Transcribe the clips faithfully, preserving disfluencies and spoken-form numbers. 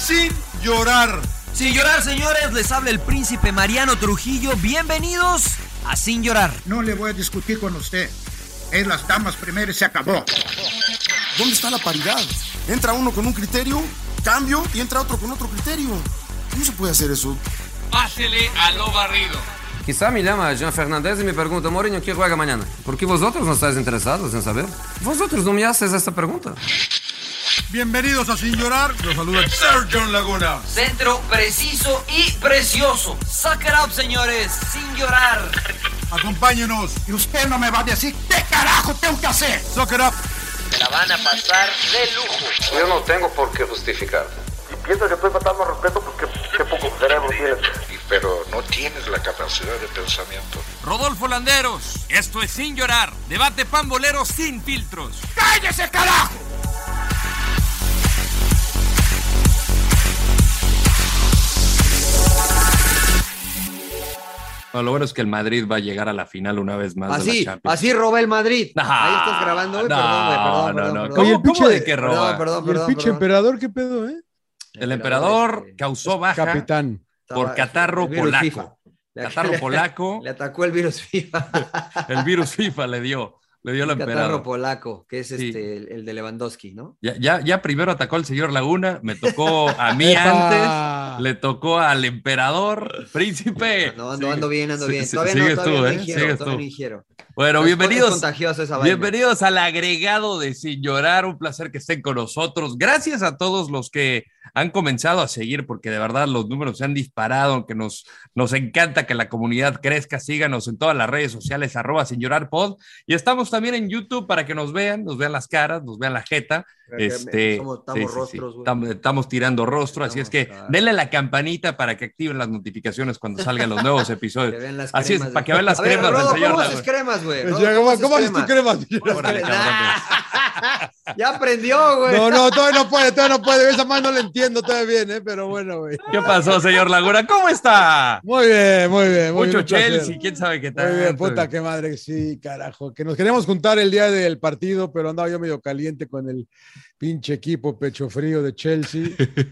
sin llorar. Sin llorar, señores, les habla el príncipe Mariano Trujillo. Bienvenidos a Sin Llorar. No le voy a discutir con usted. Es las damas primero y se acabó. ¿Dónde está la paridad? Entra uno con un criterio, cambio, y entra otro con otro criterio. ¿Cómo se puede hacer eso? Pásele a lo barrido. Quizá me llama Jean Fernández y me pregunta, Mourinho, ¿quién juega mañana? ¿Por qué vosotros no estáis interesados en saber? Vosotros no me haces esta pregunta. Bienvenidos a Sin Llorar. Los saluda Sergio Laguna. Centro preciso y precioso. Suck it up, señores. Sin llorar. Acompáñenos. Y usted no me va a decir qué carajo tengo que hacer. Suck it up. Se la van a pasar de lujo. Yo no tengo por qué justificarte. Si piensas que estoy faltando al respeto, pues qué, qué poco cerebro tienes. Pero no tienes la capacidad de pensamiento. Rodolfo Landeros, esto es Sin Llorar. Debate pambolero sin filtros. ¡Cállese, carajo! No, lo bueno es que el Madrid va a llegar a la final una vez más. Así, de la Champions. así roba el Madrid. No, Ahí estás grabando. No, perdón, güey, perdón, no, perdón, no. perdón. ¿Cómo, Oye, el cómo pinche- de que roba? Perdón, perdón, ¿Y el perdón. pinche perdón. emperador qué pedo, eh? El emperador este, causó baja Capitán. por estaba- catarro el virus polaco. FIFA. Le- Catarro le- polaco. Le atacó el virus FIFA. El virus FIFA le dio. Le dio el Catarro emperador. polaco, que es Sí. este, el, el de Lewandowski, ¿no? Ya, ya, ya primero atacó al señor Laguna, me tocó a mí ¡Epa! antes, le tocó al emperador, príncipe. No, ando, Sí, ando bien, ando sí, bien. sí, Todavía no, sigues todavía tú, no ¿eh? ingiero, Sigues todavía tú. no ingiero. Bueno, Es- bienvenidos. es contagiosa esa vaina. Bienvenidos al agregado de Sin Llorar, un placer que estén con nosotros. Gracias a todos los que han comenzado a seguir, porque de verdad los números se han disparado, que nos, nos encanta que la comunidad crezca. Síganos en todas las redes sociales, arroba Sin Llorar Pod, y estamos también en YouTube para que nos vean, nos vean las caras, nos vean la jeta. Este, Somos- estamos sí, sí, sí. rostros, güey. Estamos, estamos tirando rostro, así es que Estamos, claro. denle la campanita para que activen las notificaciones cuando salgan los nuevos Que episodios. vean las Así es, cremas, para güey. que vean las A ver, cremas del Rodo, señor ¿cómo Laguna. haces cremas, güey? Ya, Rodo, ¿Cómo, ¿cómo haces cómo haces tu cremas? crema? Órale, cabrón. Ya aprendió, güey. No, no, todavía no puede, todavía no puede. Esa más no la entiendo todavía bien, ¿eh? Pero bueno, güey. ¿Qué pasó, señor Laguna? ¿Cómo está? Muy bien, muy bien. Muy Mucho bien, un placer. Chelsea, quién sabe qué tal. Muy bien, puta, qué madre, sí, carajo. Que nos queríamos juntar el día del partido, pero andaba yo medio caliente con el pinche equipo pecho frío de Chelsea.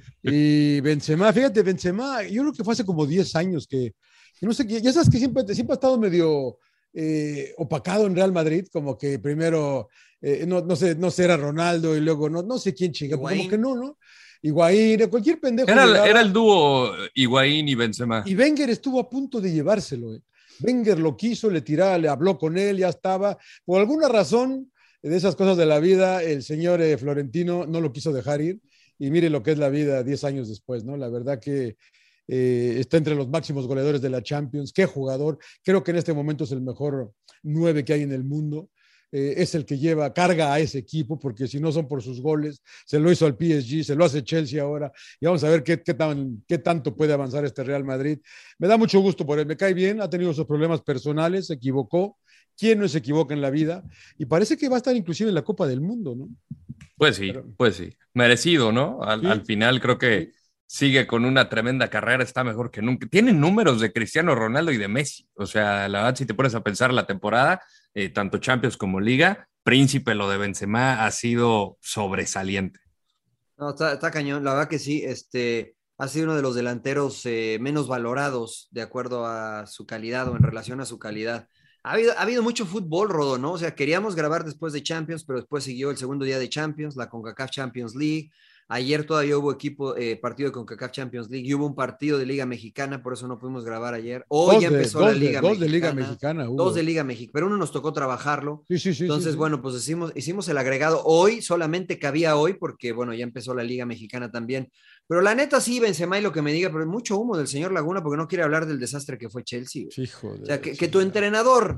Y Benzema, fíjate, Benzema, yo creo que fue hace como diez años que, que no sé, que- ya sabes que siempre, siempre ha estado medio eh, opacado en Real Madrid, como que primero, eh, no, no sé, no sé, era Ronaldo y luego no, no sé quién chinga, como Higuaín. que no, ¿no? Higuaín, cualquier pendejo. Era, llegaba. era el dúo Higuaín y Benzema. Y Wenger estuvo a punto de llevárselo. eh. Wenger lo quiso, le tiraba, le habló con él, ya estaba. Por alguna razón de esas cosas de la vida, el señor eh, Florentino no lo quiso dejar ir. Y mire lo que es la vida diez años después, ¿no? La verdad que eh, está entre los máximos goleadores de la Champions. Qué jugador. Creo que en este momento es el mejor nueve que hay en el mundo. Eh, es el que lleva, carga a ese equipo, porque si no son por sus goles, se lo hizo al P S G, se lo hace Chelsea ahora, y vamos a ver qué, qué, tan, qué tanto puede avanzar este Real Madrid. Me da mucho gusto por él, me cae bien, ha tenido sus problemas personales, se equivocó, ¿quién no se equivoca en la vida? Y parece que va a estar inclusive en la Copa del Mundo, ¿no? Pues sí, Pero- pues sí. Merecido, ¿no? Al, Sí. al final creo que sigue con una tremenda carrera, está mejor que nunca. Tiene números de Cristiano Ronaldo y de Messi. O sea, la verdad, si te pones a pensar la temporada, eh, tanto Champions como Liga, príncipe, lo de Benzema ha sido sobresaliente. No, está, está cañón, la verdad que sí, este, ha sido uno de los delanteros eh, menos valorados de acuerdo a su calidad o en relación a su calidad. Ha habido, ha habido mucho fútbol, Rodo, ¿no? O sea, queríamos grabar después de Champions, pero después siguió el segundo día de Champions, la CONCACAF Champions League. Ayer todavía hubo equipo, eh, partido de CONCACAF Champions League y hubo un partido de Liga Mexicana, por eso no pudimos grabar ayer. Hoy Dos ya de- empezó dos la de- Liga dos Mexicana. de Liga Mexicana hubo. Dos de Liga Mexicana, pero uno nos tocó trabajarlo. Sí, sí, sí. Entonces, sí, sí. bueno, pues hicimos, hicimos el agregado hoy, solamente cabía hoy, porque bueno, ya empezó la Liga Mexicana también. Pero la neta sí, Benzema y lo que me diga, pero mucho humo del señor Laguna, porque no quiere hablar del desastre que fue Chelsea. güey. Hijo de O sea, que, que tu entrenador,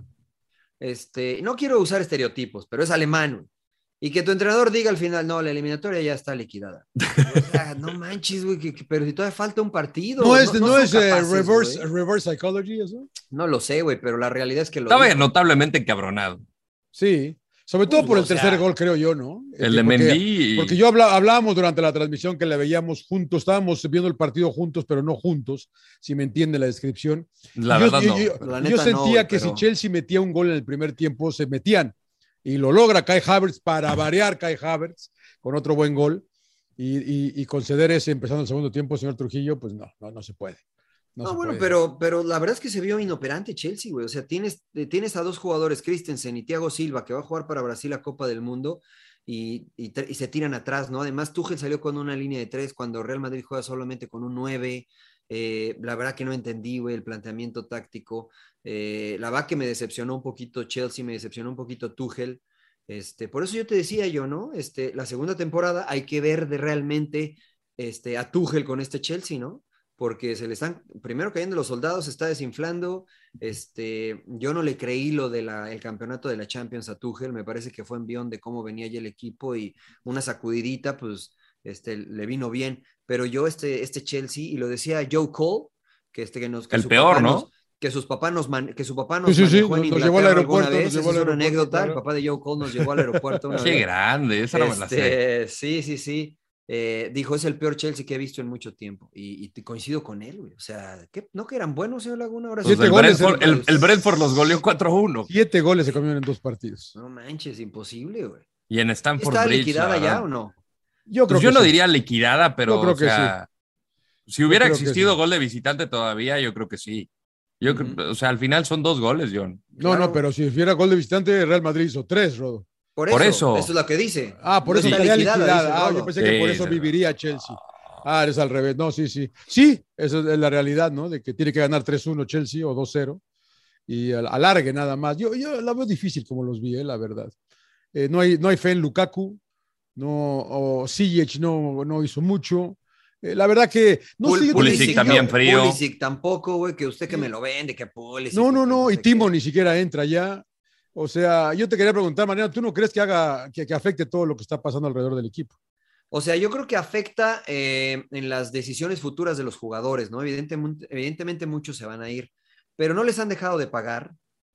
este, no quiero usar estereotipos, pero es alemán, güey. Y que tu entrenador diga al final, no, la eliminatoria ya está liquidada. O sea, no manches, güey, que, que- pero si todavía falta un partido. No es, no son es eh, capaces, reverse, güey. reverse psychology eso. No lo sé, güey, pero la realidad es que lo Estaba dijo. notablemente encabronado. Sí, sobre todo Pues, por el o sea, tercer gol, creo yo, ¿no? El de porque, Mendy. Porque yo habla, hablábamos durante la transmisión que la veíamos juntos, estábamos viendo el partido juntos, pero no juntos, si me entiende la descripción. La yo, verdad yo, no. yo- La yo neta sentía no, güey, que pero- si Chelsea metía un gol en el primer tiempo, se metían. Y lo logra Kai Havertz, para variar Kai Havertz, con otro buen gol. y, y, y conceder ese empezando el segundo tiempo, señor Trujillo, pues no, no, no se puede. No, no se bueno, puede. pero, pero la verdad es que se vio inoperante Chelsea, güey. O sea, tienes, tienes a dos jugadores, Christensen y Thiago Silva, que va a jugar para Brasil la Copa del Mundo, y, y, y se tiran atrás, ¿no? Además, Tuchel salió con una línea de tres cuando Real Madrid juega solamente con un nueve. Eh, la verdad que no entendí, güey, el planteamiento táctico. Eh, la verdad que me decepcionó un poquito Chelsea, me decepcionó un poquito Tuchel. Este, por eso yo te decía yo, ¿no? Este, la segunda temporada hay que ver de realmente este, a Tuchel con este Chelsea, ¿no? Porque se le están primero cayendo los soldados, se está desinflando. Este, yo no le creí lo del campeonato de la Champions a Tuchel, me parece que fue envión de cómo venía ya el equipo y una sacudidita, pues este, le vino bien. Pero yo, este, este Chelsea, y lo decía Joe Cole, que, este, que nos. Que el peor, ¿no? Nos, que, sus papás nos man, que su papá nos sí, sí, manejó sí, en nos Inglaterra llevó al aeropuerto, alguna vez. Nos llevó Esa al es una anécdota. claro. El papá de Joe Cole nos llevó al aeropuerto una Qué vez. grande, esa no me la sé. Este, sí, sí, sí. Eh, dijo, es el peor Chelsea que he visto en mucho tiempo. Y, y coincido con él, güey. O sea, ¿qué? ¿No que eran buenos, señor Laguna? Ahora pues sí. el, Brentford, el, el Brentford los goleó cuatro uno. Siete goles se comieron en dos partidos. No manches, imposible, güey. Y en Stamford ¿Está Bridge. liquidada ya o no? Yo creo pues yo que no sí. diría liquidada, pero yo creo o sea, que sí. si hubiera yo creo existido sí. gol de visitante todavía, yo creo que sí. Yo uh-huh. creo, o sea, al final son dos goles, John. No, claro. no, pero si hubiera gol de visitante, Real Madrid hizo tres, Rodo. Por eso, por eso. eso es lo que dice. Ah, por no eso estaría liquidada. liquidada. Ah, yo pensé sí, que por eso sí, viviría Chelsea. Ah, es al revés. No, sí, sí. Sí, esa es la realidad, ¿no? De que tiene que ganar tres uno Chelsea o dos cero y alargue nada más. Yo, yo la veo difícil como los vi, eh, la verdad. Eh, no, hay, no hay fe en Lukaku, no, o Ziyech no, no hizo mucho. Eh, la verdad que... No Pul- sé, Pulisic también frío. Pulisic tampoco, güey, que usted que me lo vende, que Pulisic... No, no, no, no y Timo qué. Ni siquiera entra ya. O sea, yo te quería preguntar, Mariano, ¿tú no crees que haga que, que afecte todo lo que está pasando alrededor del equipo? O sea, yo creo que afecta eh, en las decisiones futuras de los jugadores, ¿no? Evidentemente, evidentemente muchos se van a ir, pero no les han dejado de pagar.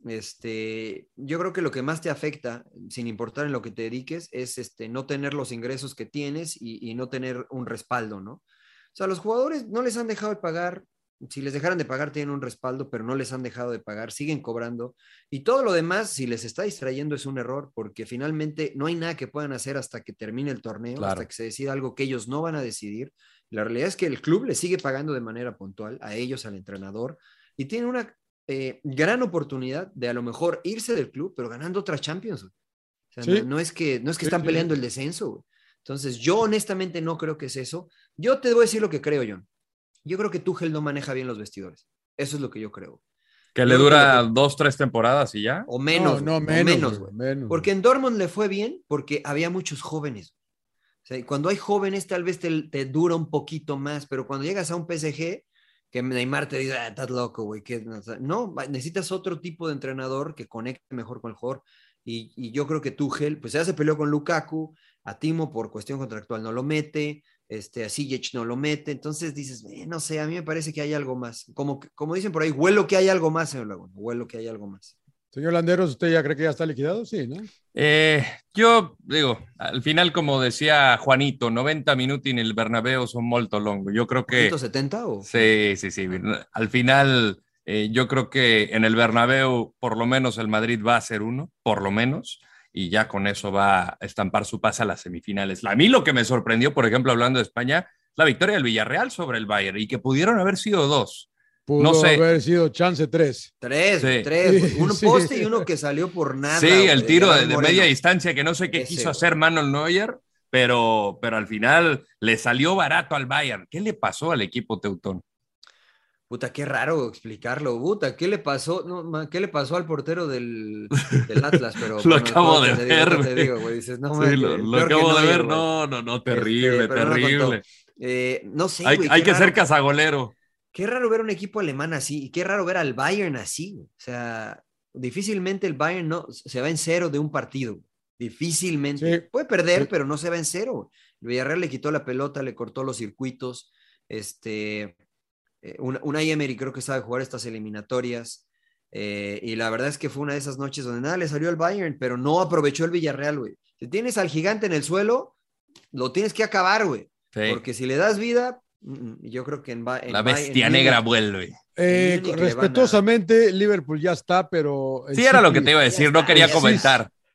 Este, yo creo que lo que más te afecta, sin importar en lo que te dediques, es este, no tener los ingresos que tienes y, y no tener un respaldo, ¿no? O sea, los jugadores no les han dejado de pagar. Si les dejaran de pagar, tienen un respaldo, pero no les han dejado de pagar, siguen cobrando. Y todo lo demás, si les está distrayendo, es un error, porque finalmente no hay nada que puedan hacer hasta que termine el torneo, claro. hasta que se decida algo que ellos no van a decidir. La realidad es que el club les sigue pagando de manera puntual a ellos, al entrenador, y tienen una eh, gran oportunidad de a lo mejor irse del club, pero ganando otra Champions. O sea, ¿sí? no, no es que, no es que sí, están sí. peleando el descenso. Güey. Entonces, yo honestamente no creo que es eso. Yo te voy a decir lo que creo, John. Yo creo que Tuchel no maneja bien los vestidores. Eso es lo que yo creo. Que yo le dura que... dos, tres temporadas y ya. O menos. No, no, menos, menos, güey. menos. Porque en Dortmund le fue bien porque había muchos jóvenes. O sea, cuando hay jóvenes tal vez te, te dura un poquito más, pero cuando llegas a un P S G, que Neymar te dice, ah, estás loco, güey. No, necesitas otro tipo de entrenador que conecte mejor con el jugador. Y, y yo creo que Tuchel, pues ya se peleó con Lukaku, a Timo por cuestión contractual no lo mete, este, a Ziyech no lo mete, entonces dices, eh, no sé, a mí me parece que hay algo más, como, como dicen por ahí, huelo que hay algo más, señor Laguna, huelo que hay algo más. Señor Landeros, ¿usted ya cree que ya está liquidado? Sí, ¿no? Eh, yo digo, al final, como decía Juanito, noventa minutos en el Bernabéu son molto longo, yo creo que... ¿ciento setenta o...? Sí, sí, sí, al final... Eh, yo creo que en el Bernabéu por lo menos el Madrid va a ser uno, por lo menos, y ya con eso va a estampar su pase a las semifinales. A mí lo que me sorprendió, por ejemplo, hablando de España, la victoria del Villarreal sobre el Bayern, y que pudieron haber sido dos. Pudo no sé. haber sido chance tres. Tres, sí. tres. Sí, uno sí. poste y uno que salió por nada. Sí, güey, el tiro de, de Moreno. media distancia, que no sé qué Ese, quiso güey. hacer Manuel Neuer, pero, pero al final le salió barato al Bayern. ¿Qué le pasó al equipo teutón? Puta, qué raro explicarlo. Puta, ¿qué le pasó? No, ¿qué le pasó al portero del, del Atlas? Pero, lo bueno, acabo de te ver, digo, te güey. digo, güey. Dices, no, Sí, man, lo, el lo peor que acabo de Neuer, ver. güey. No, no, no, terrible, Este, pero no terrible. contó. Eh, no sé, hay güey. hay qué que raro. ser cazagolero. Qué raro ver un equipo alemán así, y qué raro ver al Bayern así. Güey. O sea, difícilmente el Bayern no, se va en cero de un partido. Difícilmente. Sí. Puede perder, Sí. pero no se va en cero. Güey. El Villarreal le quitó la pelota, le cortó los circuitos. Este... Eh, una, una Emery creo que sabe jugar estas eliminatorias eh, y la verdad es que fue una de esas noches donde nada le salió al Bayern, pero no aprovechó el Villarreal, güey. Si tienes al gigante en el suelo, lo tienes que acabar, güey. Sí. Porque si le das vida, yo creo que en, en La bestia en negra Múnich, vuelve. Eh, Múnich le van a- respetuosamente, Liverpool ya está, pero... el Sí, era lo City- que te iba a decir, no está, quería ya comentar.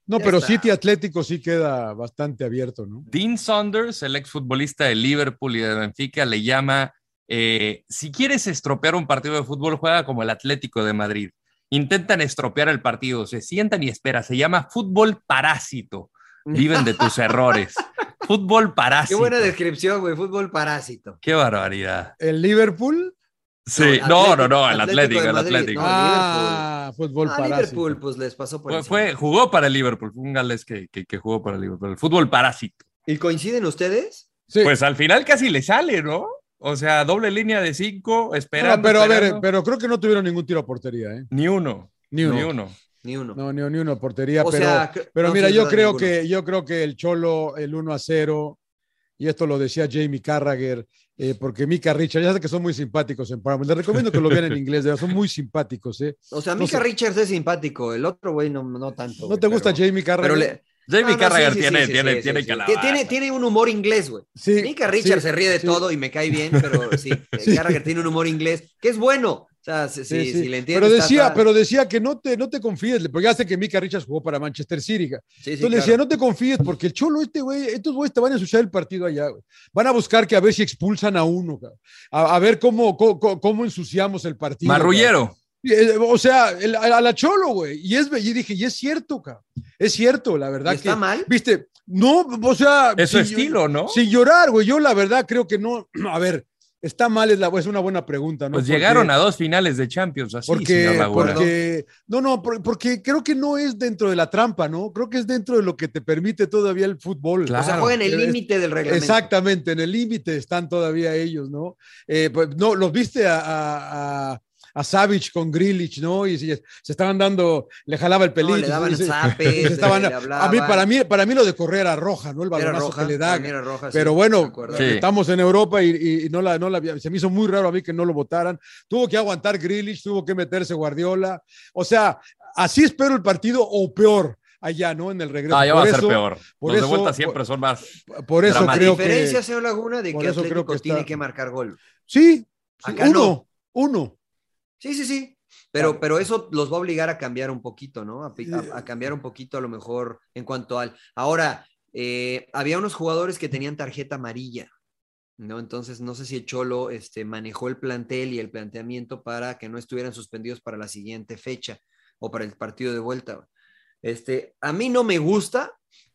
No, Ya pero está. City Atlético sí queda bastante abierto, ¿no? Dean Saunders, el exfutbolista de Liverpool y de Benfica, le llama, eh, si quieres estropear un partido de fútbol, juega como el Atlético de Madrid. Intentan estropear el partido, se sientan y esperan. Se llama fútbol parásito. Viven de tus errores. Fútbol parásito. Qué buena descripción, güey. Fútbol parásito. Qué barbaridad. ¿El Liverpool? Sí, no, no, no, el Atlético, el Atlético. No, Ah, fútbol Ah, parásito. Liverpool, pues les pasó por Fue, encima. fue- jugó para el Liverpool, fue un galés que, que, que jugó para el Liverpool. El fútbol parásito. ¿Y coinciden ustedes? Sí. Pues al final casi le sale, ¿no? O sea, doble línea de cinco, No, esperando. pero a ver, esperando. pero creo que no tuvieron ningún tiro a portería, ¿eh? Ni uno. Ni uno. Ni uno. Ni uno. No, ni, ni uno a portería, O pero, sea, cre- pero no, mira, sí, es yo verdad, creo ninguno. que yo creo que el Cholo, el uno a cero, y esto lo decía Jamie Carragher, eh, porque Mika Richards, ya sé que son muy simpáticos en Paramount, les recomiendo que lo vean en inglés, de verdad, son muy simpáticos, ¿eh? O sea, No Mika sé. Richards es simpático, el otro güey no, no tanto. ¿No güey, te gusta pero- Jamie Carragher? Pero le, Jamie No, no, Carragher sí, sí, tiene, sí, tiene, sí, tiene sí, sí. calabaza. Tiene, tiene un humor inglés, güey. Sí, Mika Richards sí, se ríe de sí. todo y me cae bien, pero sí, Sí. Carragher tiene un humor inglés que es bueno. O sea, si, Sí, si- sí. si le entiendes. Pero decía, está- pero decía que no te, no te confíes, porque ya sé que Mika Richards jugó para Manchester City. ca. Sí, sí, Entonces le claro. decía, no te confíes, porque el Cholo, este güey, estos güeyes te van a ensuciar el partido allá, güey. Van a buscar que a ver si expulsan a uno, ca. a, a ver cómo, cómo, cómo ensuciamos el partido. Marrullero. ca. Eh, O sea, el- a la Cholo, güey. Y, es, y dije, y es cierto, ca. Es cierto, la verdad. ¿Y está que, mal? Viste, no, o sea. Es su sin- estilo, ¿no? Sin llorar, güey. Yo la verdad creo que no. A ver, está mal, es, la, es una buena pregunta, ¿no? Pues Porque- llegaron a dos finales de Champions, así, porque, señor Laguna. porque, no, no, por- porque creo que no es dentro de la trampa, ¿no? Creo que es dentro de lo que te permite todavía el fútbol. Claro. O sea, juega en el Pero es- límite del reglamento. Exactamente, en el límite están todavía ellos, ¿no? Eh, pues no, los viste a, a, a, a Savic con Grealish, ¿no? Y si- se estaban dando, le jalaba el pelito. No, le daban y se- zapes, y se estaban- le a hablaban. mí, para mí, para mí lo de correr era roja, ¿no? El Era balonazo roja, que le da. para mí era roja, sí, Pero de bueno, acuerdo. Sí. estamos en Europa y, y- y no la, no la, se me hizo muy raro a mí que no lo votaran. Tuvo que aguantar Grealish, tuvo que meterse Guardiola. O sea, así espero el partido o peor allá, ¿no? En el regreso. Ah, ya va a Por ser eso- peor. por Los de eso- vuelta siempre son más. Por eso Dramático. A creo diferencia, que. señor Laguna, de por que eso creo Atlético que tiene está- que marcar gol. Sí, sí, Acá uno, no. uno. Sí, sí, sí. Pero, Claro. pero eso los va a obligar a cambiar un poquito, ¿no? A, pi- a- a cambiar un poquito a lo mejor en cuanto al... Ahora, eh, había unos jugadores que tenían tarjeta amarilla, ¿no? Entonces, no sé si el Cholo este, manejó el plantel y el planteamiento para que no estuvieran suspendidos para la siguiente fecha o para el partido de vuelta. Este, a mí no me gusta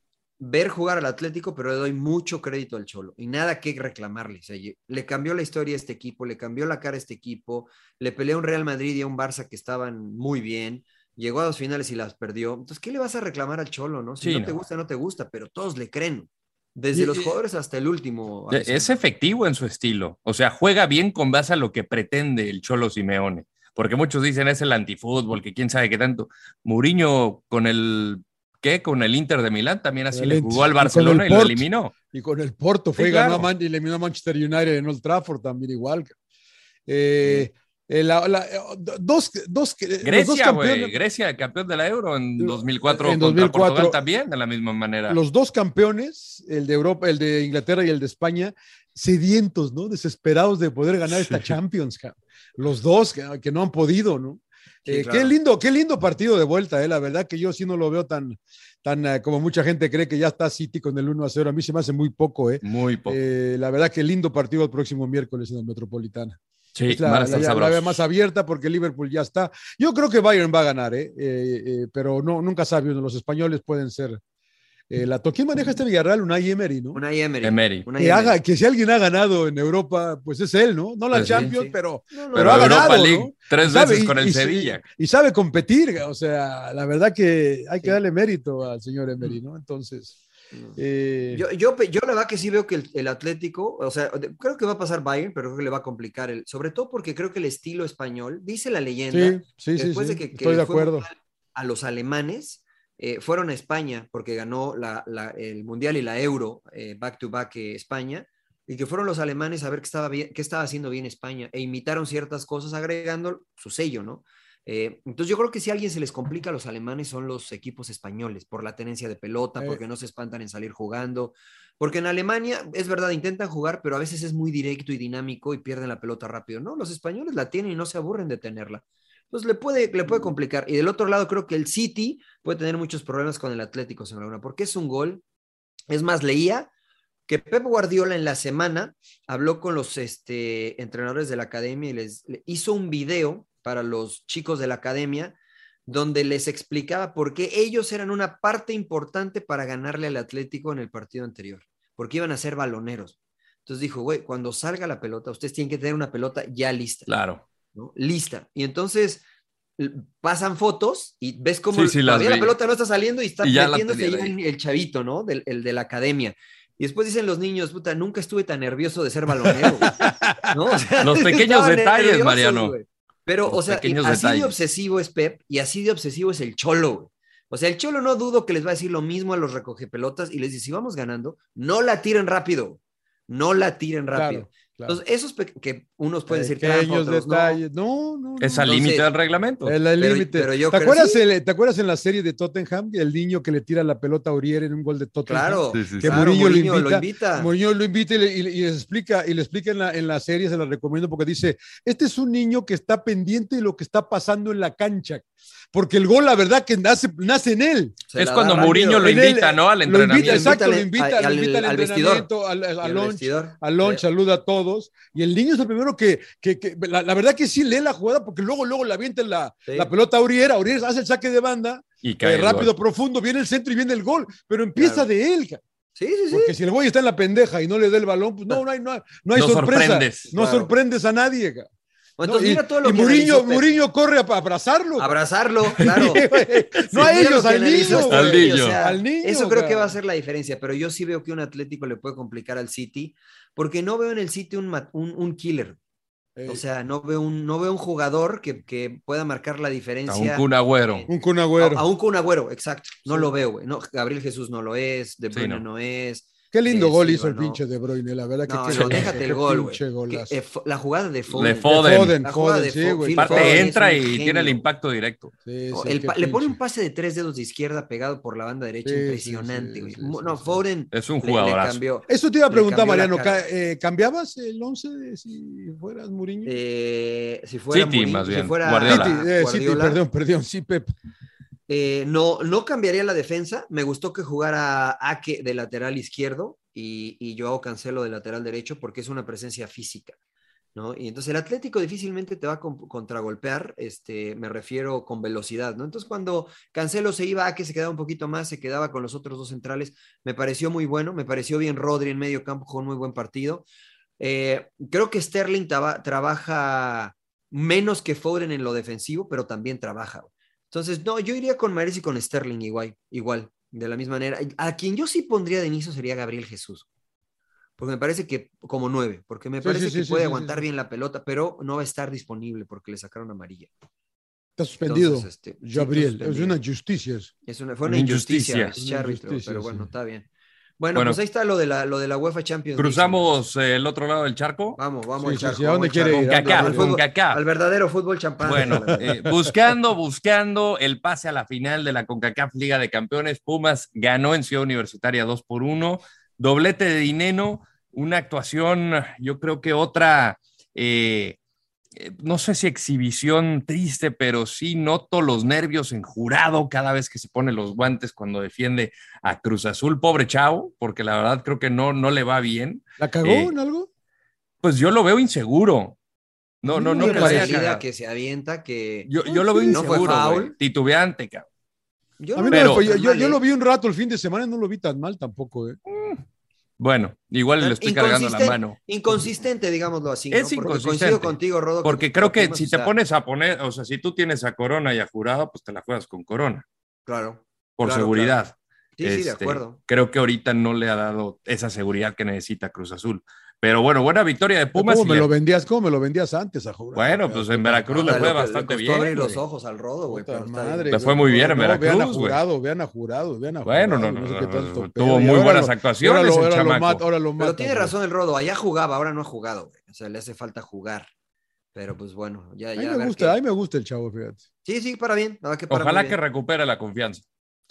ver jugar al Atlético, pero le doy mucho crédito al Cholo y nada que reclamarle. O sea, le cambió la historia a este equipo, le cambió la cara a este equipo, le peleó a un Real Madrid y a un Barça que estaban muy bien, llegó a dos finales y las perdió. Entonces, ¿qué le vas a reclamar al Cholo, no? Si Sí, no, no. te gusta, no te gusta, pero todos le creen. Desde Y- los jugadores hasta el último. Es efectivo en su estilo. O sea, juega bien con base a lo que pretende el Cholo Simeone. Porque muchos dicen es el antifútbol, que quién sabe qué tanto. Mourinho con el ¿qué? Con el Inter de Milán también así Con el le Inter. jugó al Y con el Barcelona y, lo Porto. eliminó. Y con el Porto fue Sí, y ganó claro. a Man- y eliminó a Manchester United en Old Trafford también igual. Eh, eh, la- la- eh, dos, dos, los dos Grecia, güey. campeones, Grecia, campeón de la Euro en Lo- dos mil cuatro en contra dos mil cuatro. Portugal también, de la misma manera. los dos campeones, el de Europa, el de Inglaterra y el de España, sedientos, ¿no? Desesperados de poder ganar esta Champions, ca- los dos que, que no han podido, ¿no? Sí, Eh, claro. Qué lindo, qué lindo partido de vuelta, eh. La verdad que yo sí no lo veo tan, tan eh, como mucha gente cree que ya está City con el uno a cero. A mí se me hace muy poco, eh. Muy poco. Eh, la verdad que lindo partido el próximo miércoles en el Metropolitana. sí, Es la, van a la- estar la- la sabrosos. veo más abierta porque Liverpool ya está. Yo creo que Bayern va a ganar, ¿eh? Eh, eh, pero no, nunca sabe uno. Los españoles pueden ser. Eh, la, ¿Quién maneja este Villarreal? Unai Emery, ¿no? Una Emery. Emery. Unai Que, Emery. haga, que si alguien ha ganado en Europa, pues es él, ¿no? No la Pues sí, Champions, sí. pero, No, no, pero Pero ha Europa ganado, League, ¿no? tres Y sabe- veces y- con el y- Sevilla. Y, sabe competir, o sea, la verdad que hay que Sí. darle mérito al señor Emery, ¿no? Entonces, eh, Yo, yo, yo la verdad que sí veo que el, el Atlético, o sea, de- creo que va a pasar Bayern, pero creo que le va a complicar, el, sobre todo porque creo que el estilo español, dice la leyenda, sí, sí, sí, después sí, de que, que estoy de les fue muy acuerdo. mal a los alemanes, eh, fueron a España porque ganó la, la, el Mundial y la Euro, eh, back to back eh, España, y que fueron los alemanes a ver qué estaba, bien, qué estaba haciendo bien España, e imitaron ciertas cosas agregando su sello, ¿no? Eh, entonces yo creo que si a alguien se les complica a los alemanes son los equipos españoles, por la tenencia de pelota, Eh. porque no se espantan en salir jugando, porque en Alemania, es verdad, intentan jugar, pero a veces es muy directo y dinámico y pierden la pelota rápido, ¿no? Los españoles la tienen y no se aburren de tenerla. Entonces le puede, le puede complicar. Y del otro lado creo que el City puede tener muchos problemas con el Atlético, señor Laguna, porque es un gol. Es más, leía que Pep Guardiola en la semana habló con los este, entrenadores de la academia y les, les hizo un video para los chicos de la academia donde les explicaba por qué ellos eran una parte importante para ganarle al Atlético en el partido anterior, porque iban a ser baloneros. Entonces dijo, güey, cuando salga la pelota, ustedes tienen que tener una pelota ya lista. Claro. ¿No? Lista. Y entonces pasan fotos y ves cómo sí, sí, todavía la pelota no está saliendo y está y ya metiéndose ya en el chavito, ¿no? Del, el de la academia. Y después dicen los niños, puta, nunca estuve tan nervioso de ser balonero. ¿No? O sea, los pequeños detalles, Mariano. Wey. Pero, los o sea, así detalles. De obsesivo es Pep y así de obsesivo es el Cholo, güey. O sea, el Cholo no dudo que les va a decir lo mismo a los recogepelotas y les dice, si vamos ganando, no la tiren rápido. No la tiren rápido. Claro, claro. Entonces, esos pe- que unos pueden decir trampa, otros detalles. No, no, no. Es al límite del reglamento. Es al límite. Pero, pero ¿Te, acuerdas sí? el, ¿Te acuerdas en la serie de Tottenham? El niño que le tira la pelota a Aurier en un gol de Tottenham. Claro. Sí, sí, que claro, Mourinho, Mourinho lo invita. Lo invita. Mourinho lo invita y le, y, y les explica, y le explica en la, en la serie, se la recomiendo porque dice, este es un niño que está pendiente de lo que está pasando en la cancha. Porque el gol, la verdad, que nace, nace en él. Se es cuando Mourinho lo invita, él, ¿no? Al entrenamiento. Lo invita, exacto, lo invita, al, lo invita al, al entrenamiento, al, al, al lunch, al lunch, saluda a todos. Y el niño es el primero que, que, que la, la verdad que sí lee la jugada, porque luego, luego le avienta la, sí. la pelota a Aurier, Aurier hace el saque de banda, y cae eh, rápido, profundo, viene el centro y viene el gol, pero empieza claro. de él. Sí, sí, sí. Porque si el güey está en la pendeja y no le da el balón, pues no, no hay, no hay, no hay no sorpresa. Sorprendes. No claro. sorprendes a nadie. Entonces, no, mira y, todo lo y que Mourinho, Mourinho corre a abrazarlo. Abrazarlo, claro. no sí, a ellos, al niño, este al niño. O sea, al niño. Eso creo que va a ser la diferencia, pero yo sí veo que un Atlético le puede complicar al City, porque no veo en el City un, un, un killer. Eh. O sea, no veo un, no veo un jugador que, que pueda marcar la diferencia. A un Kun Agüero. Eh, un Kun Agüero. A, a un Kun Agüero, exacto. No sí. lo veo, güey. No, Gabriel Jesús no lo es, De Bruyne sí, no. no es. Qué lindo eh, gol sí, hizo el no. pinche De Bruyne, la verdad que no, qué no, déjate el gol, güey. Eh, la jugada de Foden. De Foden. Foden, la jugada Foden, de sí, güey. Parte Foden entra y genio. Tiene el impacto directo. Sí, sí, el pa- le pone un pase de tres dedos de izquierda pegado por la banda derecha, sí, impresionante, güey. Sí, sí, sí, no, sí, Foden es un jugadorazo. Eso te iba a preguntar, Mariano, eh, ¿cambiabas el once si fueras Mourinho? Eh, si fuera City, Mourinho, más bien. si fuera Guardiola. City, eh, City, perdón, perdón, sí, Pep. Eh, no, no cambiaría la defensa. Me gustó que jugara Ake de lateral izquierdo y, y Joao Cancelo de lateral derecho porque es una presencia física, ¿no? Y entonces el Atlético difícilmente te va a contragolpear, este, me refiero con velocidad, ¿no? Entonces cuando Cancelo se iba, Ake se quedaba un poquito más, se quedaba con los otros dos centrales, me pareció muy bueno, me pareció bien Rodri en medio campo, jugó un muy buen partido. Eh, creo que Sterling traba, trabaja menos que Foden en lo defensivo, pero también trabaja. Entonces, no, yo iría con Mahrez y con Sterling igual, igual, de la misma manera. A quien yo sí pondría de inicio sería Gabriel Jesús, porque me parece que como nueve, porque me parece sí, sí, que sí, puede sí, aguantar sí, bien la pelota, pero no va a estar disponible porque le sacaron amarilla. Está suspendido, Entonces, este, Gabriel, sí, es una injusticia. Es una, fue una, una injusticia, injusticia. Es árbitro, pero bueno, está bien. Bueno, bueno, pues ahí está lo de la, lo de la UEFA Champions League. ¿Cruzamos eh, el otro lado del charco? Vamos, vamos sí, al charco. Sí, sí, ¿a dónde quiere ir? Con Kaká, con Kaká. Al verdadero fútbol champán. Bueno, eh, buscando, buscando el pase a la final de la CONCACAF Liga de Campeones, Pumas ganó en Ciudad Universitaria dos por uno, doblete de Dineno, una actuación, yo creo que otra... Eh, no sé si exhibición triste, pero sí noto los nervios en Jurado cada vez que se pone los guantes cuando defiende a Cruz Azul. Pobre chavo, porque la verdad creo que no, no le va bien. ¿La cagó eh, en algo? Pues yo lo veo inseguro. No, no, no. no una salida que se avienta que... Yo, yo lo veo inseguro, no fue foul. Titubeante, cabrón. Yo, a mí no no, yo, yo, yo lo vi un rato el fin de semana y no lo vi tan mal tampoco, ¿eh? Bueno, igual le estoy cargando la mano. Inconsistente, digámoslo así. ¿no? Es inconsistente. Coincido contigo, Rodo. Porque que creo que si te pones a poner, o sea, si tú tienes a Corona y a Jurado, pues te la juegas con Corona. Claro. Por claro, seguridad. Claro. Sí, este, sí, de acuerdo. Creo que ahorita no le ha dado esa seguridad que necesita Cruz Azul. Pero bueno, buena victoria de Pumas. ¿Cómo me le... lo vendías? ¿Cómo me lo vendías antes a Jurado? Bueno, pues en Veracruz le fue le, bastante le bien. abrir los ojos al Rodo, güey. Madre, le fue muy bien en no, Veracruz, vean a Jurado, vean a Jurado, vean a Jurado. Bueno, no, no, no, no, no tuvo muy buenas lo, actuaciones ahora lo, el ahora chamaco. Lo mata, ahora lo mata, Pero tiene güey. razón el Rodo, allá jugaba, ahora no ha jugado, güey. O sea, le hace falta jugar. Pero pues bueno, ya, ya. A mí me gusta, que... a mí me gusta el chavo, fíjate. Sí, sí, para bien. Nada que para Ojalá que recupere la confianza.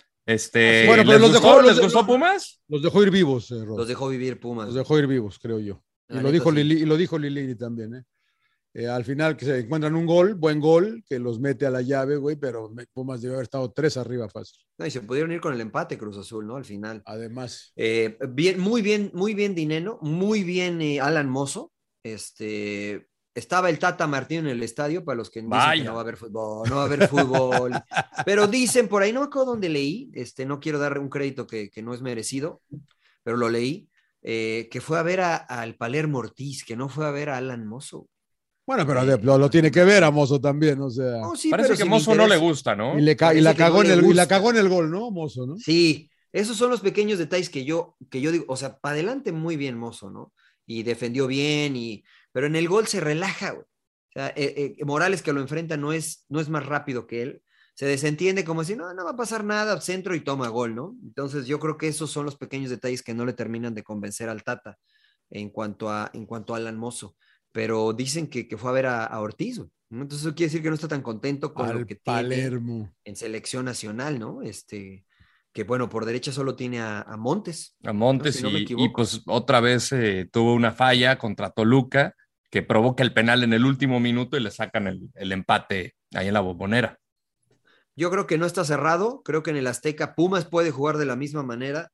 Este, bueno, pero ¿les, los gustó, dejó, ¿les los, gustó Pumas? Los dejó ir vivos, eh, Los dejó vivir Pumas. Los dejó ir vivos, creo yo. Y La lo, dijo sí. Lili, y lo dijo Lili también, ¿eh? Eh, al final que se encuentran un gol, buen gol, que los mete a la llave, güey, pero Pumas debe haber estado tres arriba fácil. No, y se pudieron ir con el empate Cruz Azul, ¿no? Al final. Además. Eh, bien, muy bien, muy bien Dineno, muy bien eh, Alan Mozo. Este, estaba el Tata Martino en el estadio, para los que dicen Vaya. que no va a haber fútbol, no va a haber fútbol. Pero dicen por ahí, no me acuerdo dónde leí, este, no quiero darle un crédito que, que no es merecido, pero lo leí, eh, que fue a ver a, al Palermo Ortiz, que no fue a ver a Alan Mozo. Bueno, pero eh, lo, lo tiene que ver a Mozo también, o sea. No, sí, Parece pero que si Mozo no le gusta, ¿no? Y, le ca- y, la Parece que cagó no en le el, y la gusta. cagó en el gol, ¿no, Mozo, ¿no? Sí, esos son los pequeños detalles que yo, que yo digo, o sea, para adelante muy bien Mozo, ¿no? Y defendió bien, y, pero en el gol se relaja, güey. O sea, eh, eh, Morales que lo enfrenta no es, no es más rápido que él, se desentiende como si no, no va a pasar nada, centro y toma gol, ¿no? Entonces yo creo que esos son los pequeños detalles que no le terminan de convencer al Tata en cuanto a, en cuanto a Alan Mozo. Pero dicen que, que fue a ver a, a Ortiz, ¿no? Entonces eso quiere decir que no está tan contento con Al lo que Palermo. tiene en selección nacional, ¿no? Este, que bueno, por derecha solo tiene a, a Montes. A Montes, ¿no? Si no me y, equivoco. y pues otra vez eh, tuvo una falla contra Toluca que provoca el penal en el último minuto y le sacan el, el empate ahí en la Bombonera. Yo creo que no está cerrado, creo que en el Azteca Pumas puede jugar de la misma manera.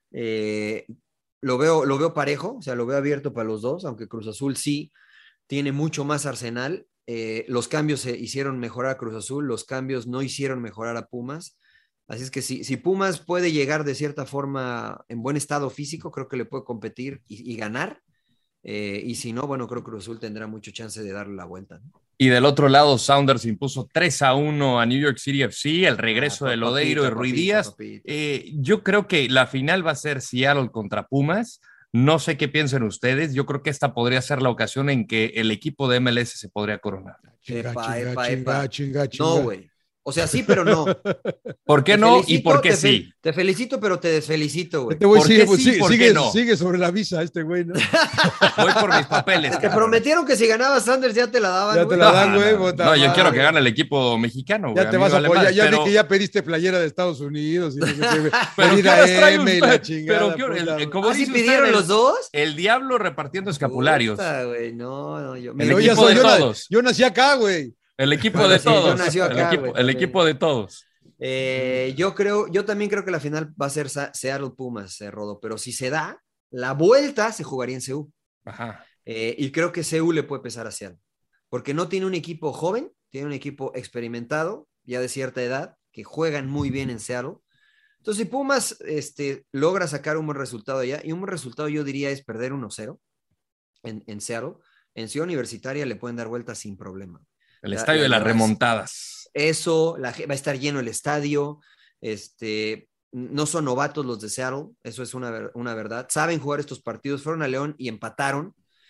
Eh, lo veo, lo veo parejo, o sea, lo veo abierto para los dos, aunque Cruz Azul sí tiene mucho más arsenal. Eh, los cambios se hicieron mejorar a Cruz Azul, los cambios no hicieron mejorar a Pumas. Así es que si, si Pumas puede llegar de cierta forma en buen estado físico, creo que le puede competir y, y ganar. Eh, y si no, bueno, creo que Cruz Azul tendrá mucho chance de darle la vuelta, ¿no? Y del otro lado, Sounders impuso tres a uno a New York City F C, el regreso Ah, de Lodeiro papito, y Rui papito, Díaz. papito. Eh, yo creo que la final va a ser Seattle contra Pumas. No sé qué piensan ustedes. Yo creo que esta podría ser la ocasión en que el equipo de M L S se podría coronar. Chinga, Epa, chinga, epa, chinga, epa. chinga, chinga. No, güey. O sea, sí, pero no. ¿Por qué Te no felicito, y por qué te fe- sí? Te felicito, pero te desfelicito, güey. Este güey ¿Por sigue, qué pues, sí, sigue, por qué sigue, no? sigue sobre la visa este güey, ¿no? Voy por mis papeles. Te cabrón. prometieron que si ganaba Sanders ya te la daban, Ya güey. te la dan, No, güey. no, puta no, yo madre. quiero que gane el equipo mexicano. Ya güey, te mí vas a vale apoyar. madre, Ya pero- vi que ya pediste playera de Estados Unidos y no sé qué. Pero Venir ¿qué a horas trae M y usted? la chingada. Pero ¿qué hora? puta El- como ¿Ah, sí dice usted, pidieron el- los dos? El diablo repartiendo escapularios. Puta, güey, no, no, yo, El mira, Pero ya equipo soy de yo, na- todos. yo nací acá, güey. El equipo Bueno, de sí, yo todos. nací acá, el, equipo, güey, el también. equipo de todos. eh, yo creo, yo también creo que la final va a ser Sa- Seattle Pumas, eh, Rodo, pero si se da, la vuelta se jugaría en C U. Ajá. Eh, y creo que C U le puede pesar a Seattle, porque no tiene un equipo joven, tiene un equipo experimentado, ya de cierta edad, que juegan muy bien en Seattle. Entonces, si Pumas este, logra sacar un buen resultado allá, y un buen resultado yo diría es perder uno cero en, en Seattle, en Ciudad Universitaria le pueden dar vuelta sin problema. El La- estadio la de las verdad es- remontadas. Eso, la, ge- va a estar lleno el estadio, este, no son novatos los de Seattle, eso es una, ver- una verdad, saben jugar estos partidos, fueron a León y empataron,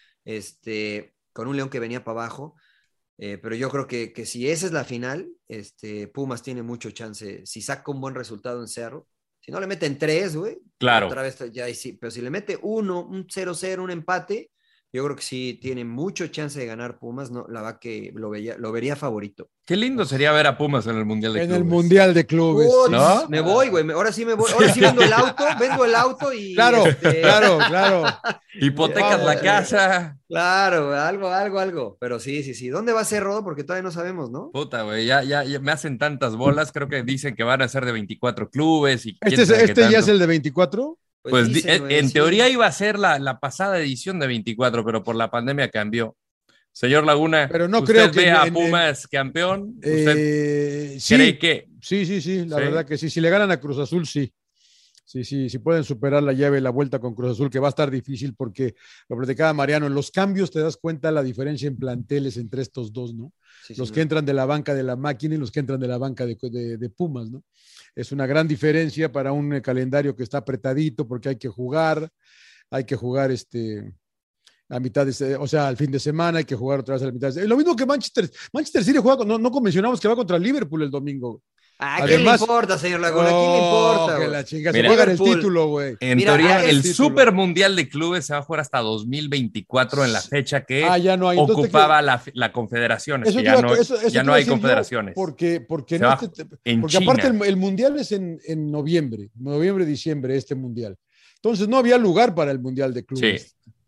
este, con un León que venía para abajo, eh, pero yo creo que, que si esa es la final, este, Pumas tiene mucho chance, si saca un buen resultado en Seattle, si no le meten tres, güey, Claro. otra vez ya ahí sí, pero si le mete uno, un cero cero, un empate, yo creo que sí tiene mucho chance de ganar Pumas, no, la verdad que lo, veía, lo vería favorito. Qué lindo sería ver a Pumas en el Mundial de En Clubes. el Mundial de Clubes. Uy, ¿no? Me voy, güey. me- Ahora sí me voy. Ahora sí vendo el auto, vendo el auto y. Claro, este, claro, claro. Hipotecas la Vamos, casa. Claro, algo, algo, algo. Pero sí, sí, sí. ¿Dónde va a ser, Rodo? Porque todavía no sabemos, ¿no? Puta, güey, ya, ya, ya me hacen tantas bolas. Creo que dicen que van a ser de veinticuatro clubes. Y quién Este, es- sabe qué este ya tanto. es el de veinticuatro. Pues di- dicen, en, güey, en sí. teoría iba a ser la, la pasada edición de veinticuatro, pero por la pandemia cambió. Señor Laguna, Pero no ¿usted creo que ve en- a en- Pumas campeón? ¿Usted Eh, sí, cree que...? sí, sí, sí, la Sí. verdad que sí. Si le ganan a Cruz Azul, sí. Sí, sí, sí pueden superar la llave, la vuelta con Cruz Azul, que va a estar difícil porque lo platicaba Mariano, en los cambios te das cuenta la diferencia en planteles entre estos dos, ¿no? Sí, Los señor. que entran de la banca de la máquina y los que entran de la banca de, de- de Pumas, ¿no? Es una gran diferencia para un eh, calendario que está apretadito porque hay que jugar, hay que jugar este, a mitad de, se- o sea, al fin de semana hay que jugar otra vez a la mitad de se- Lo mismo que Manchester, Manchester City juega, con- no, no convencionamos que va contra Liverpool el domingo. ¿A quién le Además- importa, señor Laguna? ¿A quién le Oh, importa? que güey? la chinga, se Mira, juega el Liverpool. título, güey. En Mira, teoría, ah, el el título. Super Mundial de Clubes se va a jugar hasta dos mil veinticuatro en la fecha que Ah, ya no hay. Entonces, ocupaba la, la Confederaciones, Eso que te ya iba- no, eso- eso ya te no iba a hay decir yo, confederaciones. Porque, porque, Se no va este- en porque aparte China. el, el mundial es en, en noviembre, noviembre, diciembre, este mundial. Entonces no había lugar para el mundial de clubes. Sí.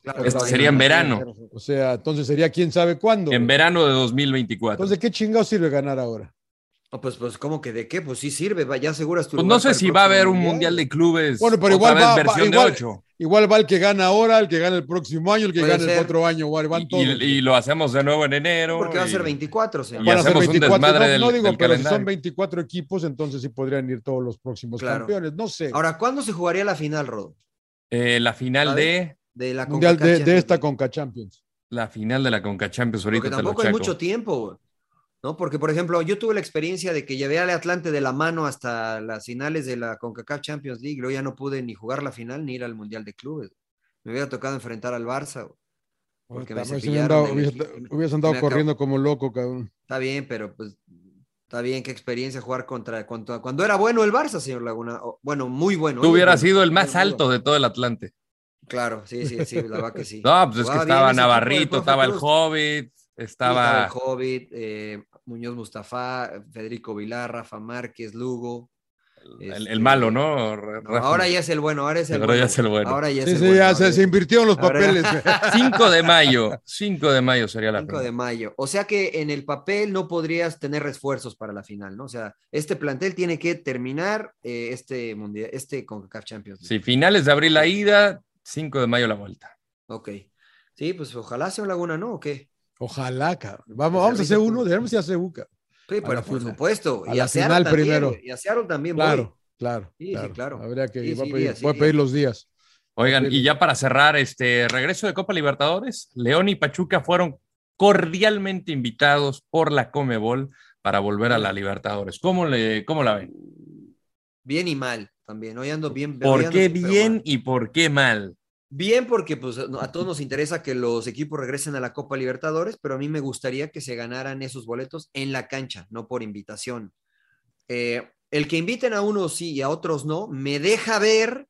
Claro, Este claro, sería en claro. verano. O sea, entonces sería quién sabe cuándo. En verano de dos mil veinticuatro. Entonces, ¿de qué chingado sirve ganar ahora? No, pues, pues, ¿cómo que de qué? Pues sí sirve, va, ya aseguras tu Pues lugar no sé para el si va a haber próximo un mundial de clubes. Bueno, pero otra igual vez va, va- versión igual, de ocho. igual va el que gana ahora, el que gana el próximo año, el que Puede gana el ser. otro año, igual, van Y, todos. y- y lo hacemos de nuevo en enero. Porque va a y- ser veinticuatro, señor. y Van a ser hacemos un veinticuatro, desmadre no, del- no digo, del pero si calendario. son veinticuatro equipos, entonces sí podrían ir todos los próximos Claro. campeones. No sé. Ahora, ¿cuándo se jugaría la final, Rodo? Eh, la final ¿Sabes? de De la Mundial CONCACAF de, de Champions esta League. Conca Champions. la final de la Conca Champions. Ahorita Porque te lo tampoco hay checo. mucho tiempo, güey. ¿No? Porque, por ejemplo, yo tuve la experiencia de que llevé al Atlante de la mano hasta las finales de la CONCACAF Champions League. Luego ya no pude ni jugar la final ni ir al Mundial de Clubes. Me hubiera tocado enfrentar al Barça, güey, porque me Puta, me cepillaron andado- el hubieras, equipo. hubieras andado Me corriendo acabo- como loco, cabrón. Está bien, pero pues está bien, qué experiencia jugar contra, contra cuando era bueno el Barça, señor Laguna. O, bueno, muy bueno. Tú Hoy es hubieras bueno, sido el muy más bueno. alto de todo el Atlante. Claro, sí, sí, sí, la verdad que sí. No, pues es que Jugaba bien estaba ese equipo del Navarrito, profe estaba el Cruz. Hobbit, Sí, estaba. el Hobbit, eh, Muñoz Mustafa, Federico Vilar, Rafa Márquez, Lugo. El, este, el malo, ¿no? no, Rafa. ahora ya es el bueno, ahora es el Ahora bueno. ya es el bueno. Ahora ya es Sí, el sí, bueno, ya ahora se, es- se invirtieron los ahora- papeles. cinco de mayo. cinco de mayo sería la cinco final. de mayo. O sea que en el papel no podrías tener refuerzos para la final, ¿no? O sea, este plantel tiene que terminar eh, este mundial, este CONCACAF Champions League. Sí, finales de abril la ida, cinco de mayo la vuelta. Ok. Sí, pues ojalá sea un Laguna, ¿no? ¿O qué? Ojalá, cabrón. Vamos, Que vamos a se hacer rinde uno, por- debemos ir a Seúca. Sí, A pero la por final. supuesto. A y la a Seattle final también, primero. güey, y a Seattle también voy. Claro, claro. Sí, sí, claro. claro. Habría que Sí, voy, sí a pedir, iría, sí voy a iría. pedir los días. Oigan, Ok. y ya para cerrar, este regreso de Copa Libertadores, León y Pachuca fueron cordialmente invitados por la Conmebol para volver a la Libertadores. ¿Cómo, le, cómo la ven? Bien y mal también. Hoy ando bien. hoy ¿Por ando qué súper bien mal. y por qué mal? Bien, porque pues, a todos nos interesa que los equipos regresen a la Copa Libertadores, pero a mí me gustaría que se ganaran esos boletos en la cancha, no por invitación. Eh, el que inviten a unos sí y a otros no, me deja ver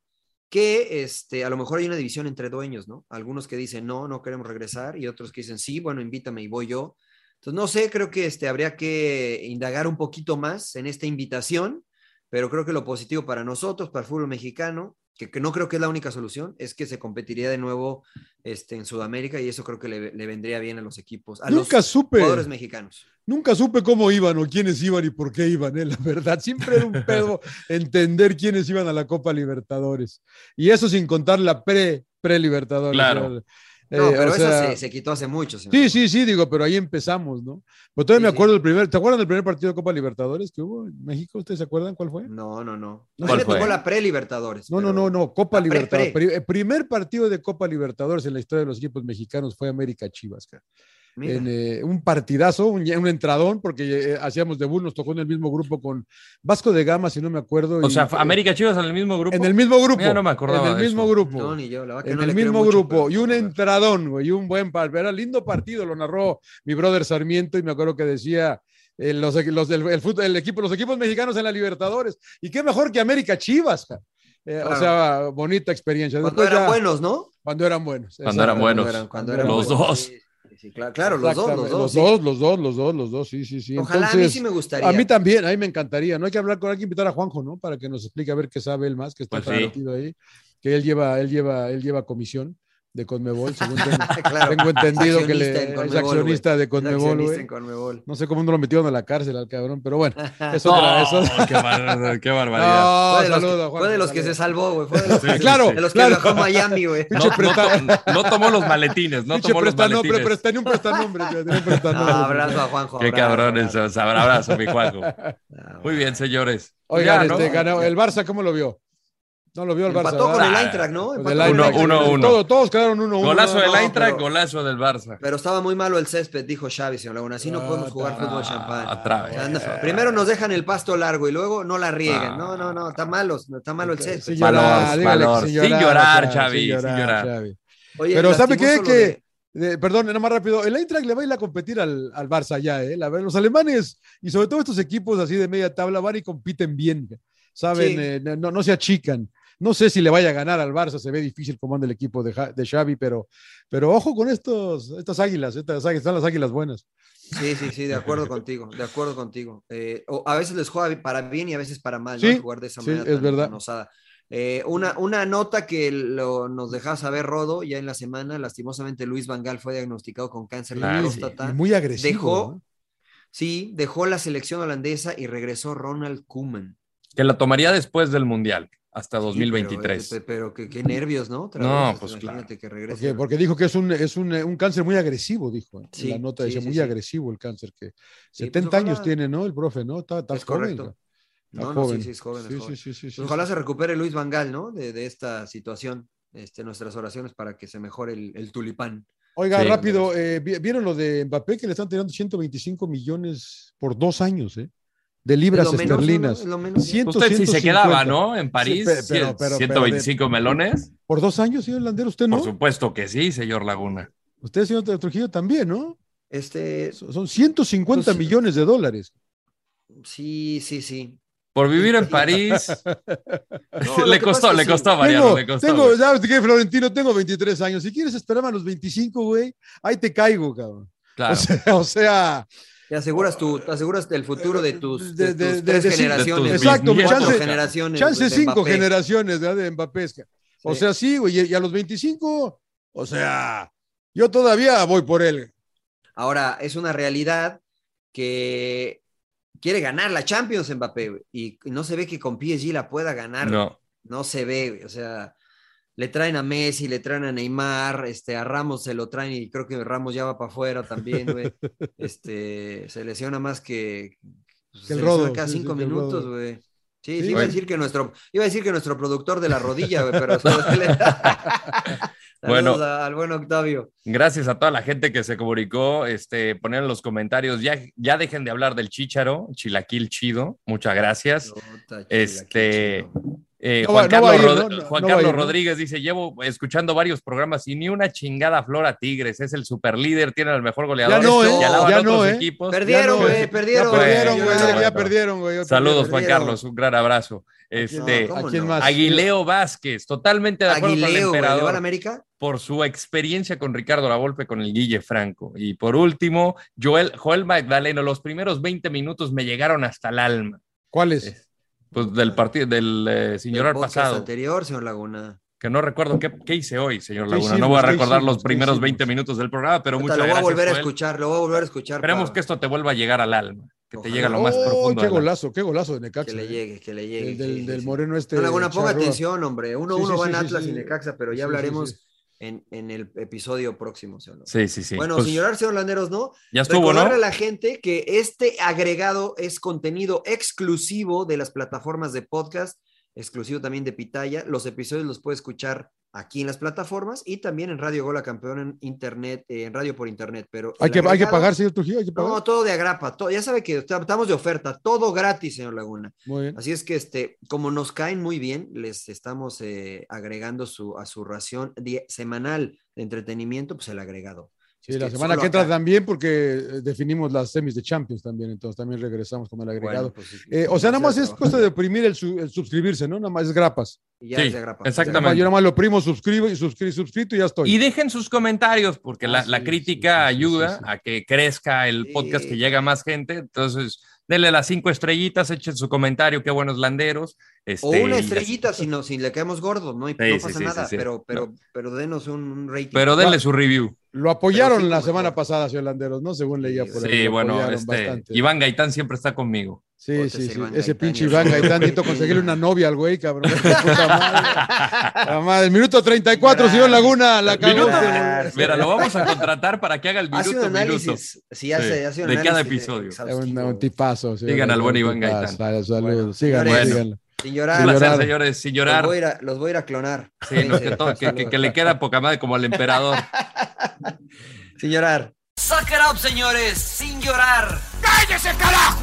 que este, a lo mejor hay una división entre dueños, ¿no? Algunos que dicen no, no queremos regresar y otros que dicen sí, bueno, invítame y voy yo. Entonces, no sé, creo que este, habría que indagar un poquito más en esta invitación, pero creo que lo positivo para nosotros, para el fútbol mexicano, que, que no creo que es la única solución, es que se competiría de nuevo este, en Sudamérica y eso creo que le, le vendría bien a los equipos, a Nunca los supe. jugadores mexicanos. Nunca supe cómo iban o quiénes iban y por qué iban, ¿eh? La verdad. Siempre era un pedo entender quiénes iban a la Copa Libertadores. Y eso sin contar la pre, pre-Libertadores. Claro. No, Eh, pero o eso sea, se, se quitó hace mucho. señor. Sí, sí, sí, digo, pero ahí empezamos, ¿no? Pero todavía Sí, me sí. acuerdo del primer, ¿te acuerdan del primer partido de Copa Libertadores que hubo en México? ¿Ustedes se acuerdan cuál fue? No, no, no. ¿No A mí me fue? tocó la pre-Libertadores. No, no, pero- no, no, Copa Ah, pre, Libertadores. pre. Pri- El primer partido de Copa Libertadores en la historia de los equipos mexicanos fue América Chivas, cara. Mira. En, eh, un partidazo, un, un entradón, porque eh, hacíamos debut, nos tocó en el mismo grupo con Vasco de Gama, si no me acuerdo. O y- sea, América Chivas en el mismo grupo. En el mismo grupo. Mira, no me acordaba En el de mismo eso. grupo. No, ni yo, la verdad que En no el le creo mismo mucho, grupo. pero- Y un entradón, güey, y un buen par. Era lindo partido, lo narró mi brother Sarmiento, y me acuerdo que decía. eh, los, los del el, fútbol- el equipo, los equipos mexicanos en la Libertadores. Y qué mejor que América Chivas, ja. Eh, Claro. O sea, bonita experiencia. Cuando Después eran ya- buenos, ¿no? Cuando eran buenos. Cuando eran exacto. buenos. Cuando eran, cuando eran Los buenos, dos. sí, sí, sí, claro, claro, los dos, los Exactamente, dos. los sí. dos, los dos, los dos, los dos, sí, sí, sí. Ojalá, a mí Entonces, sí me gustaría. a mí también, a mí me encantaría. No hay que hablar con, hay que invitar a Juanjo, ¿no? Para que nos explique a ver qué sabe él más, que está Pues sí. metido ahí. Que él lleva, él lleva, él lleva comisión de Conmebol, según tengo, Claro. tengo entendido que le, Accionista en es Conmebol, accionista güey. de Es Conmebol, accionista güey. en Conmebol. No sé cómo no lo metieron a la cárcel al cabrón, pero bueno, es No, otra, es otra. qué, bar- qué barbaridad. No, Fue de los, saludo, que, Juanjo, fue de los que saludo. se salvó, güey. Fue de los, Sí, que, sí, claro, sí. de los que claro. viajó a Miami, güey. No, Pinche no presta- to- no tomó los maletines, no Pinche tomó los prestano- maletines. pero, pero tenía un prestanombre, tío, tenía un No, prestanombre. abrazo a Juanjo. Qué abrazo, cabrones, abrazo. abrazo, mi Juanjo. No, Muy bien, señores. Oigan, Ya, ¿no? este, ganó, el Barça, ¿cómo lo vio? No lo vio el Barça. Empató con ¿verdad? el Eintracht, ¿no? Pues Empató del con el Uno, Eintracht. Eintracht. uno, uno. Todos, todos quedaron uno, uno. Golazo no, del no, Eintracht, pero- golazo del Barça. Pero estaba muy malo el césped, dijo Xavi, señor Laguna. Así no Ah, podemos jugar ta- fútbol ah, champán. otra O vez. sea, no- primero nos dejan el pasto largo y luego no la riegan. Ah. No, no, no, está malo, está malo el césped. Sin Valor, llorar, dígale que valor. sin Sin llorar, llorar, Xavi, Xavi, sin sin llorar. Xavi. Oye, Pero ¿sabe qué? lastimoso lo Que, de- eh, perdón, nada más rápido, el Eintracht le va a ir a competir al, al Barça ya, ¿eh? La, verdad, los alemanes y sobre todo estos equipos así de media tabla van y compiten bien, ¿saben? Sí. Eh, no, no se achican. No sé si le vaya a ganar al Barça, se ve difícil cómo anda el equipo de, Ja- de Xavi, pero, pero ojo con estos, estas águilas, estas águilas, están las águilas buenas. Sí, sí, sí, de acuerdo contigo, de acuerdo contigo. Eh, o a veces les juega para bien y a veces para mal, ¿no? Sí, Jugar de esa sí, manera es tan, verdad. tan osada. Eh, una, una nota que lo, nos dejaba saber Rodo ya en la semana, lastimosamente Luis Van Gaal fue diagnosticado con cáncer de próstata. Muy agresivo. Dejó, ¿no? Sí, dejó la selección holandesa y regresó Ronald Koeman. Que la tomaría después del Mundial, hasta dos mil veintitrés. Sí, pero, pero que, qué nervios, ¿no? Otra no, vez, pues claro. Que regrese. Porque, porque dijo que es un, es un, un cáncer muy agresivo, dijo. En sí, la nota sí, dice, sí, muy sí. agresivo el cáncer. que sí, setenta pues años tiene, ¿no? El profe, ¿no? Está, está es joven. correcto. Está no, no, joven. sí, sí, es joven. Sí, es joven. sí, sí, sí, pues sí, ojalá sí. se recupere Luis Van Gaal, ¿no? De, de esta situación. Este, nuestras oraciones para que se mejore el, el tulipán. Oiga, Sí. rápido, eh, ¿vieron lo de Mbappé que le están tirando ciento veinticinco millones por dos años, eh? De libras Es lo menos, esterlinas. ¿no? Es lo menos. cien, Usted sí se ciento quedaba, cincuenta. ¿no? En París, Sí, pe- pero- pero- ciento veinticinco pero de- melones. ¿Por dos años, señor Landero? ¿Usted no? Por supuesto que sí, señor Laguna. Usted, señor Trujillo, también, ¿no? Este, Son son ciento cincuenta Pues- millones de dólares. sí, sí, sí. Por vivir en París, No, lo le que costó, pasa es le que costó, sí. Mariano, Tengo, le costó. tengo, güey. ya ves que Florentino, tengo veintitrés años. Si quieres esperarme a los veinticinco, güey, ahí te caigo, cabrón. Claro. O sea, o sea, Te aseguras, tu, te aseguras el futuro de tus, de, De- de- tus de- tres de- generaciones. de tus exacto, bisnietos, cuatro chance- generaciones. chance de cinco Mbappé. generaciones, ¿verdad? De Mbappé. O Sí. sea, sí, güey, y y a los veinticinco, o sea, yo todavía voy por él. Ahora, es una realidad que quiere ganar la Champions Mbappé, güey, y no se ve que con P S G la pueda ganar. No. No se ve, güey, o sea, le traen a Messi, le traen a Neymar, este, a Ramos se lo traen y creo que Ramos ya va para afuera también, güey. Este, se lesiona más que, pues, Que el se Rodo, lesiona cada sí, sí, cinco que el minutos, Rodo. güey. Sí, Sí, sí, iba a güey. decir que nuestro, iba a decir que nuestro productor de la rodilla, güey, pero después le- Bueno. Saludos al buen Octavio. Gracias a toda la gente que se comunicó, este, poner en los comentarios, ya, ya dejen de hablar del chícharo, chilaquil chido, muchas gracias. Puta, Este, chilaquil chido. eh, No Juan, va- no Carlos, va a ir, Rod- ¿no? No- Juan no va a Carlos ir, ¿no? Rodríguez dice, llevo escuchando varios programas y ni una chingada flor a Tigres, es el superlíder, tiene el mejor goleador. Ya no, ¿eh? y alaban Ya otros no, ¿eh? equipos. Perdieron, Ya no, güey, ya perdieron. Ya perdieron, güey, güey, ya. ya perdieron, güey. ya Saludos, perdieron. Juan perdieron. Carlos, un gran abrazo. Este, No, ¿cómo ¿A quién no? más? Aguileo Vázquez, totalmente de acuerdo con el Aguileo, güey, ¿le va a emperador. la América? Por su experiencia con Ricardo Lavolpe, con el Guille Franco. Y por último, Joel, Joel Magdaleno, los primeros veinte minutos me llegaron hasta el alma. ¿Cuál es? Eh, Pues del partido, del eh, señor El al podcast pasado, anterior, señor Laguna. que no recuerdo qué, qué hice hoy, señor ¿Qué Laguna. hicimos? No voy a ¿Qué recordar hicimos? los ¿Qué primeros hicimos? veinte minutos del programa, pero Ahorita muchas lo voy a gracias, volver a Joel. escuchar, lo voy a volver a escuchar. Esperemos para que esto te vuelva a llegar al alma, que te Ojalá. llegue a lo más Oh, profundo. qué del alma. golazo, qué golazo de Necaxa. que le eh. llegue, que le llegue. El del, sí, del sí. moreno este. No, Laguna, ponga Charrúa. atención, hombre. Uno Sí, uno sí, va sí, en sí, Atlas sí. y Necaxa, pero ya Sí, sí, hablaremos sí. En, en el episodio próximo, señor. Sí, sí, sí. Bueno, Pues, señor Arce Holanderos, ¿no? ya estuvo, ¿no? Recordarle a la gente que este agregado es contenido exclusivo de las plataformas de podcast, exclusivo también de Pitaya. Los episodios los puede escuchar aquí en las plataformas y también en Radio Gola Campeón en internet, eh, en radio por internet. Pero Hay el que, hay que agregado- pagar, señor Trujillo, hay que pagar. No, todo de agrapa. Todo, ya sabe que estamos de oferta, todo gratis, señor Laguna. Muy bien. Así es que, este, como nos caen muy bien, les estamos eh, agregando su, a su ración die- semanal de entretenimiento, pues el agregado. Sí, Es la que semana solo que entra acá- también porque eh, definimos las semis de Champions también, entonces también regresamos con el agregado. Bueno, pues, sí, Eh, o sea, nada más es trabajar. cuesta de oprimir el, su- el suscribirse, ¿no? Nada más es grapas. Y ya Sí, es de agrapa. exactamente. Nada más- yo nada más lo oprimo, suscribo y suscri- suscrito y ya estoy. Y dejen sus comentarios, porque Ah, la, sí, la sí, crítica sí, sí, ayuda sí, sí. a que crezca el Sí. podcast, que llegue a más gente. Entonces, denle las cinco estrellitas, echen su comentario, qué buenos landeros. Este, O una y estrellita si, no, si le caemos gordos, no, hay- Sí, no sí, pasa sí, nada, sí, sí. pero, pero, No. pero denos un, un rating. Pero denle su review. Lo apoyaron Pero sí, la mejor. semana pasada, señor Landeros, ¿no? Según leía por ahí. Sí, lo bueno, apoyaron este, bastante. Iván Gaitán siempre está conmigo. Sí, Botes sí, sí. Iván Ese Gaitán, pinche el- Iván Gaitán, necesito conseguirle una novia al güey, cabrón. Puta madre. La madre. Minuto treinta y cuatro, señor Laguna. La cagó. Minuto- Gracias. Mira, lo vamos a contratar para que haga el Hace un minuto minuto. análisis. Sí, hace, Sí, hace un de cada análisis episodio. Es un, exhaustivo. un tipazo. señor Sigan al Gaitán, buen un Iván tipazo. Gaitán. Sal- Saludos. Bueno, síganlo, señores. síganlo. Sin Un llorar, Sin placer, llorar. señores, sin los llorar. voy, a ir a, los voy a ir a clonar. Sí, no, que, todo- que- que- que le queda poca madre como al emperador. Sin llorar. Suck it up, señores, sin llorar. ¡Cállese, carajo!